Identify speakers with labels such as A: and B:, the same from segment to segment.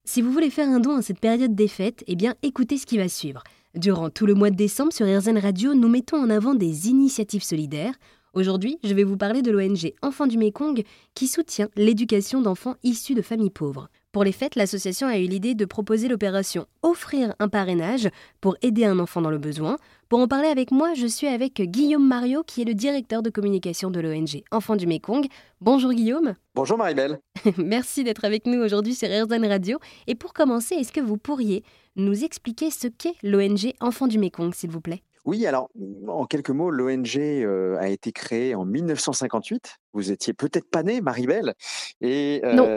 A: Si vous voulez faire un don à cette période des fêtes, eh bien écoutez ce qui va suivre. Durant tout le mois de décembre sur RZN Radio, nous mettons en avant des initiatives solidaires. Aujourd'hui, je vais vous parler de l'ONG Enfants du Mékong qui soutient l'éducation d'enfants issus de familles pauvres. Pour les fêtes, l'association a eu l'idée de proposer l'opération Offrir un parrainage pour aider un enfant dans le besoin. Pour en parler avec moi, je suis avec Guillaume Mariot qui est le directeur de communication de l'ONG Enfants du Mékong. Bonjour Guillaume.
B: Bonjour Maribel.
A: Merci d'être avec nous aujourd'hui sur RZN Radio. Et pour commencer, est-ce que vous pourriez nous expliquer ce qu'est l'ONG Enfants du Mékong, s'il vous plaît ?
B: Oui, alors en quelques mots, l'ONG a été créée en 1958. Vous étiez peut-être pas née, Maribel, et,
A: Non.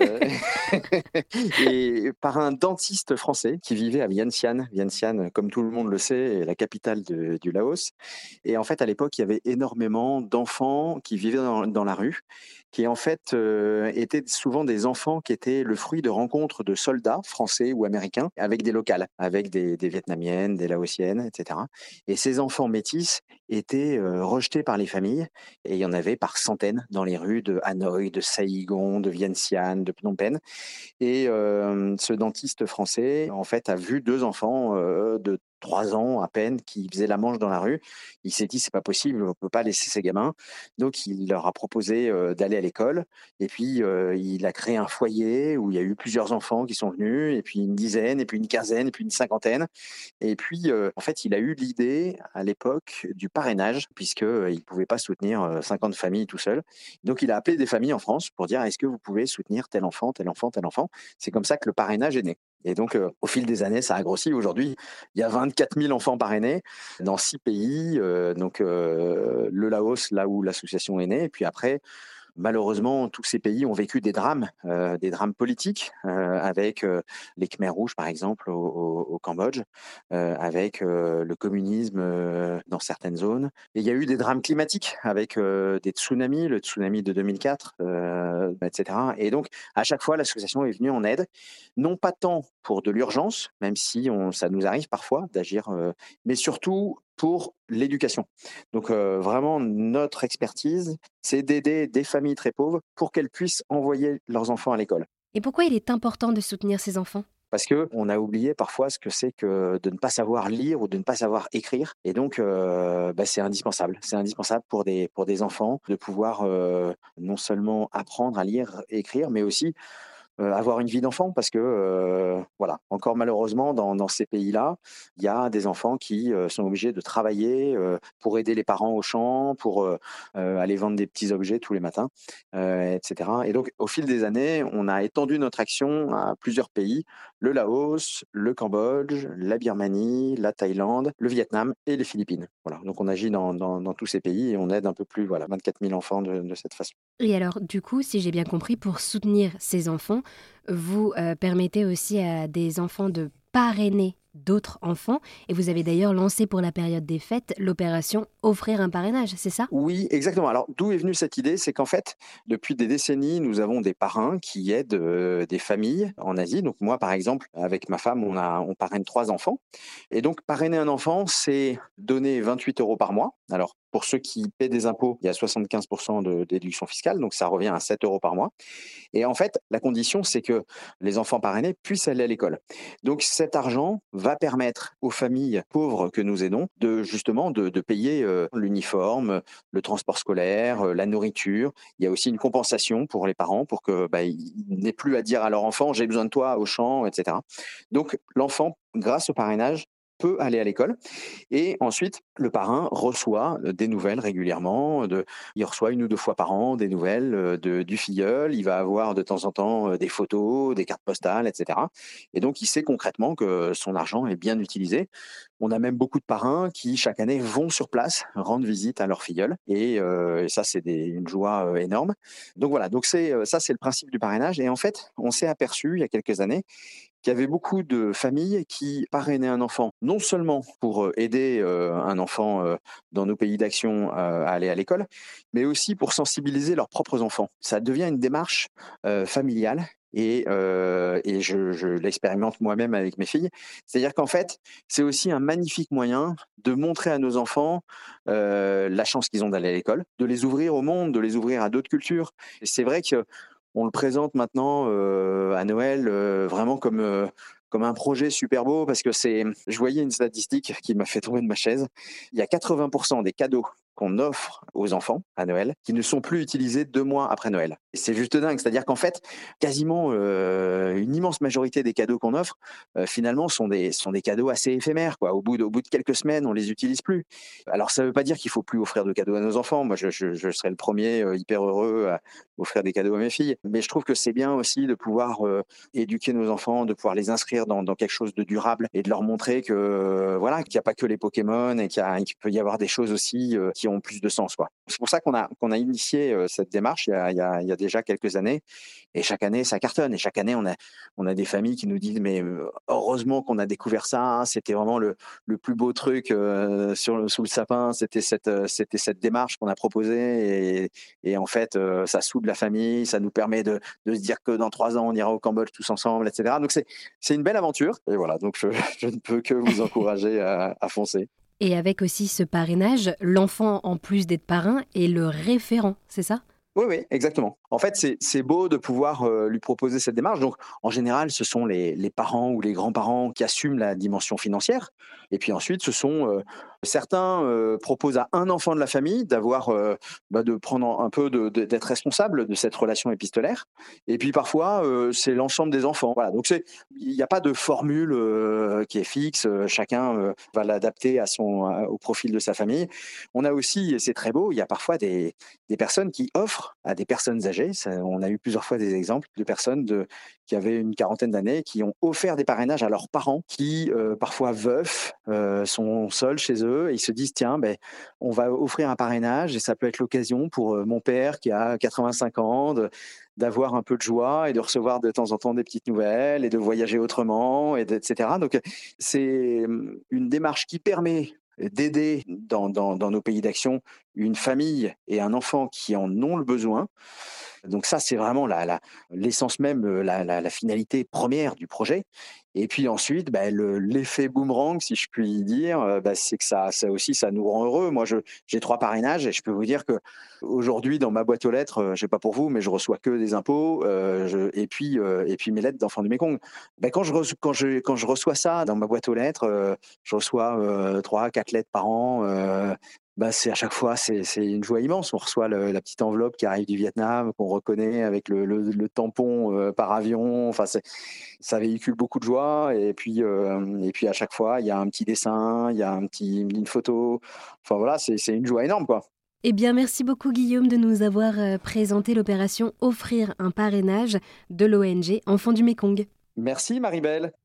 B: et par un dentiste français qui vivait à Vientiane. Vientiane, comme tout le monde le sait, est la capitale du Laos. Et en fait, à l'époque, il y avait énormément d'enfants qui vivaient dans la rue, qui en fait étaient souvent des enfants qui étaient le fruit de rencontres de soldats français ou américains avec des locales, avec des Vietnamiennes, des Laotiennes, etc. Et ces enfants métis étaient rejetés par les familles, et il y en avait par centaines dans les rues de Hanoï, de Saïgon, de Vientiane, de Phnom Penh. Et ce dentiste français, en fait, a vu deux enfants de 3 ans à peine qui faisaient la manche dans la rue. Il s'est dit, c'est pas possible, on peut pas laisser ces gamins. Donc, il leur a proposé d'aller à l'école. Et puis, il a créé un foyer où il y a eu plusieurs enfants qui sont venus, et puis une dizaine, et puis une quinzaine, et puis une cinquantaine. Et puis, en fait, il a eu l'idée à l'époque du parrainage, puisqu'il ne pouvait pas soutenir 50 familles tout seul. Donc, il a appelé des familles en France pour dire, est-ce que vous pouvez soutenir tel enfant, tel enfant, tel enfant. C'est comme ça que le parrainage est né. Et donc, au fil des années, ça a grossi. Aujourd'hui, il y a 24 000 enfants parrainés dans 6 pays. Le Laos, là où l'association est née. Et puis après, malheureusement, tous ces pays ont vécu des drames politiques, avec les Khmers rouges, par exemple, au Cambodge, avec le communisme dans certaines zones. Et il y a eu des drames climatiques avec des tsunamis, le tsunami de 2004, etc. Et donc, à chaque fois, l'association est venue en aide, non pas tant pour de l'urgence, même si ça nous arrive parfois d'agir, mais surtout pour l'éducation. Donc vraiment, notre expertise, c'est d'aider des familles très pauvres pour qu'elles puissent envoyer leurs enfants à l'école.
A: Et pourquoi il est important de soutenir ces enfants ?
B: Parce qu'on a oublié parfois ce que c'est que de ne pas savoir lire ou de ne pas savoir écrire. Et donc, c'est indispensable. C'est indispensable pour des enfants de pouvoir non seulement apprendre à lire et écrire, mais aussi avoir une vie d'enfant, parce que voilà, encore malheureusement dans ces pays-là, il y a des enfants qui sont obligés de travailler pour aider les parents au champ, pour aller vendre des petits objets tous les matins, etc. Et donc, au fil des années, on a étendu notre action à plusieurs pays: le Laos, le Cambodge, la Birmanie, la Thaïlande, le Vietnam et les Philippines. Voilà. Donc, on agit dans tous ces pays et on aide un peu plus, 24 000 enfants de cette façon.
A: Et alors, du coup, si j'ai bien compris, pour soutenir ces enfants, vous permettez aussi à des enfants de parrainer d'autres enfants. Et vous avez d'ailleurs lancé pour la période des fêtes l'opération Offrir un parrainage, c'est ça ?
B: Oui, exactement. Alors, d'où est venue cette idée? C'est qu'en fait, depuis des décennies, nous avons des parrains qui aident des familles en Asie. Donc moi, par exemple, avec ma femme, on parraine 3 enfants. Et donc, parrainer un enfant, c'est donner 28 € par mois. Alors, pour ceux qui paient des impôts, il y a 75% de déduction fiscale, donc ça revient à 7 € par mois. Et en fait, la condition, c'est que les enfants parrainés puissent aller à l'école. Donc cet argent va permettre aux familles pauvres que nous aidons justement de payer l'uniforme, le transport scolaire, la nourriture. Il y a aussi une compensation pour les parents pour que ils n'aient plus à dire à leur enfant: j'ai besoin de toi au champ, etc. Donc l'enfant, grâce au parrainage, peut aller à l'école. Et ensuite, le parrain reçoit des nouvelles régulièrement. Il reçoit 1 ou 2 fois par an des nouvelles du filleul. Il va avoir de temps en temps des photos, des cartes postales, etc. Et donc, il sait concrètement que son argent est bien utilisé. On a même beaucoup de parrains qui, chaque année, vont sur place rendre visite à leur filleul. Et ça, c'est une joie énorme. Donc voilà, donc ça, c'est le principe du parrainage. Et en fait, on s'est aperçu il y a quelques années qu'il y avait beaucoup de familles qui parrainaient un enfant, non seulement pour aider un enfant dans nos pays d'action à aller à l'école, mais aussi pour sensibiliser leurs propres enfants. Ça devient une démarche familiale. Et je l'expérimente moi-même avec mes filles. C'est-à-dire qu'en fait, c'est aussi un magnifique moyen de montrer à nos enfants la chance qu'ils ont d'aller à l'école, de les ouvrir au monde, de les ouvrir à d'autres cultures. Et c'est vrai que on le présente maintenant à Noël vraiment comme un projet super beau parce que je voyais une statistique qui m'a fait tomber de ma chaise. Il y a 80% des cadeaux qu'on offre aux enfants à Noël qui ne sont plus utilisés 2 mois après Noël. Et c'est juste dingue. C'est-à-dire qu'en fait, quasiment une immense majorité des cadeaux qu'on offre, finalement, sont des cadeaux assez éphémères, quoi. Au bout de quelques semaines, on les utilise plus. Alors, ça ne veut pas dire qu'il faut plus offrir de cadeaux à nos enfants. Moi, je serais le premier hyper heureux à offrir des cadeaux à mes filles. Mais je trouve que c'est bien aussi de pouvoir éduquer nos enfants, de pouvoir les inscrire dans quelque chose de durable et de leur montrer que voilà, qu'il n'y a pas que les Pokémon et qu'il peut y avoir des choses aussi qui ont plus de sens, quoi. C'est pour ça qu'on a initié cette démarche il y a déjà quelques années. Et chaque année, ça cartonne. Et chaque année, on a des familles qui nous disent, mais heureusement qu'on a découvert ça, hein, c'était vraiment le plus beau truc sous le sapin, c'était cette démarche qu'on a proposée. Et en fait, ça soude la famille, ça nous permet de se dire que dans 3 ans, on ira au Cambodge tous ensemble, etc. Donc c'est une belle aventure. Et voilà, donc je ne peux que vous encourager à foncer.
A: Et avec aussi ce parrainage, l'enfant, en plus d'être parrain, est le référent, c'est ça?
B: Oui, oui, exactement. En fait, c'est beau de pouvoir lui proposer cette démarche. Donc, en général, ce sont les parents ou les grands-parents qui assument la dimension financière. Et puis ensuite, ce sont certains proposent à un enfant de la famille de prendre un peu d'être responsable de cette relation épistolaire. Et puis parfois, c'est l'ensemble des enfants. Voilà. Donc, il n'y a pas de formule qui est fixe. Chacun va l'adapter au profil de sa famille. On a aussi, et c'est très beau, il y a parfois des personnes qui offrent à des personnes âgées. On a eu plusieurs fois des exemples de personnes qui avaient une quarantaine d'années, qui ont offert des parrainages à leurs parents, qui parfois veufs, sont seuls chez eux et ils se disent tiens, ben, on va offrir un parrainage et ça peut être l'occasion pour mon père qui a 85 ans d'avoir un peu de joie et de recevoir de temps en temps des petites nouvelles et de voyager autrement, etc. Donc c'est une démarche qui permet d'aider dans nos pays d'action une famille et un enfant qui en ont le besoin. Donc ça, c'est vraiment l'essence même, la finalité première du projet. Et puis ensuite, bah, l'effet boomerang, si je puis dire, bah, c'est que ça aussi, ça nous rend heureux. Moi, j'ai 3 parrainages et je peux vous dire qu'aujourd'hui, dans ma boîte aux lettres, je sais pas pour vous, mais je reçois que des impôts, et puis mes lettres d'enfants du Mékong. Bah, quand je reçois ça dans ma boîte aux lettres, je reçois 3-4 lettres par an, bah, c'est à chaque fois, c'est une joie immense. On reçoit la petite enveloppe qui arrive du Vietnam, qu'on reconnaît avec le tampon par avion. Enfin, ça véhicule beaucoup de joie. Et puis à chaque fois, il y a un petit dessin, il y a une photo. Enfin voilà, c'est une joie énorme, quoi.
A: Eh bien, merci beaucoup Guillaume de nous avoir présenté l'opération Offrir un parrainage de l'ONG Enfants du Mékong.
B: Merci Maribel.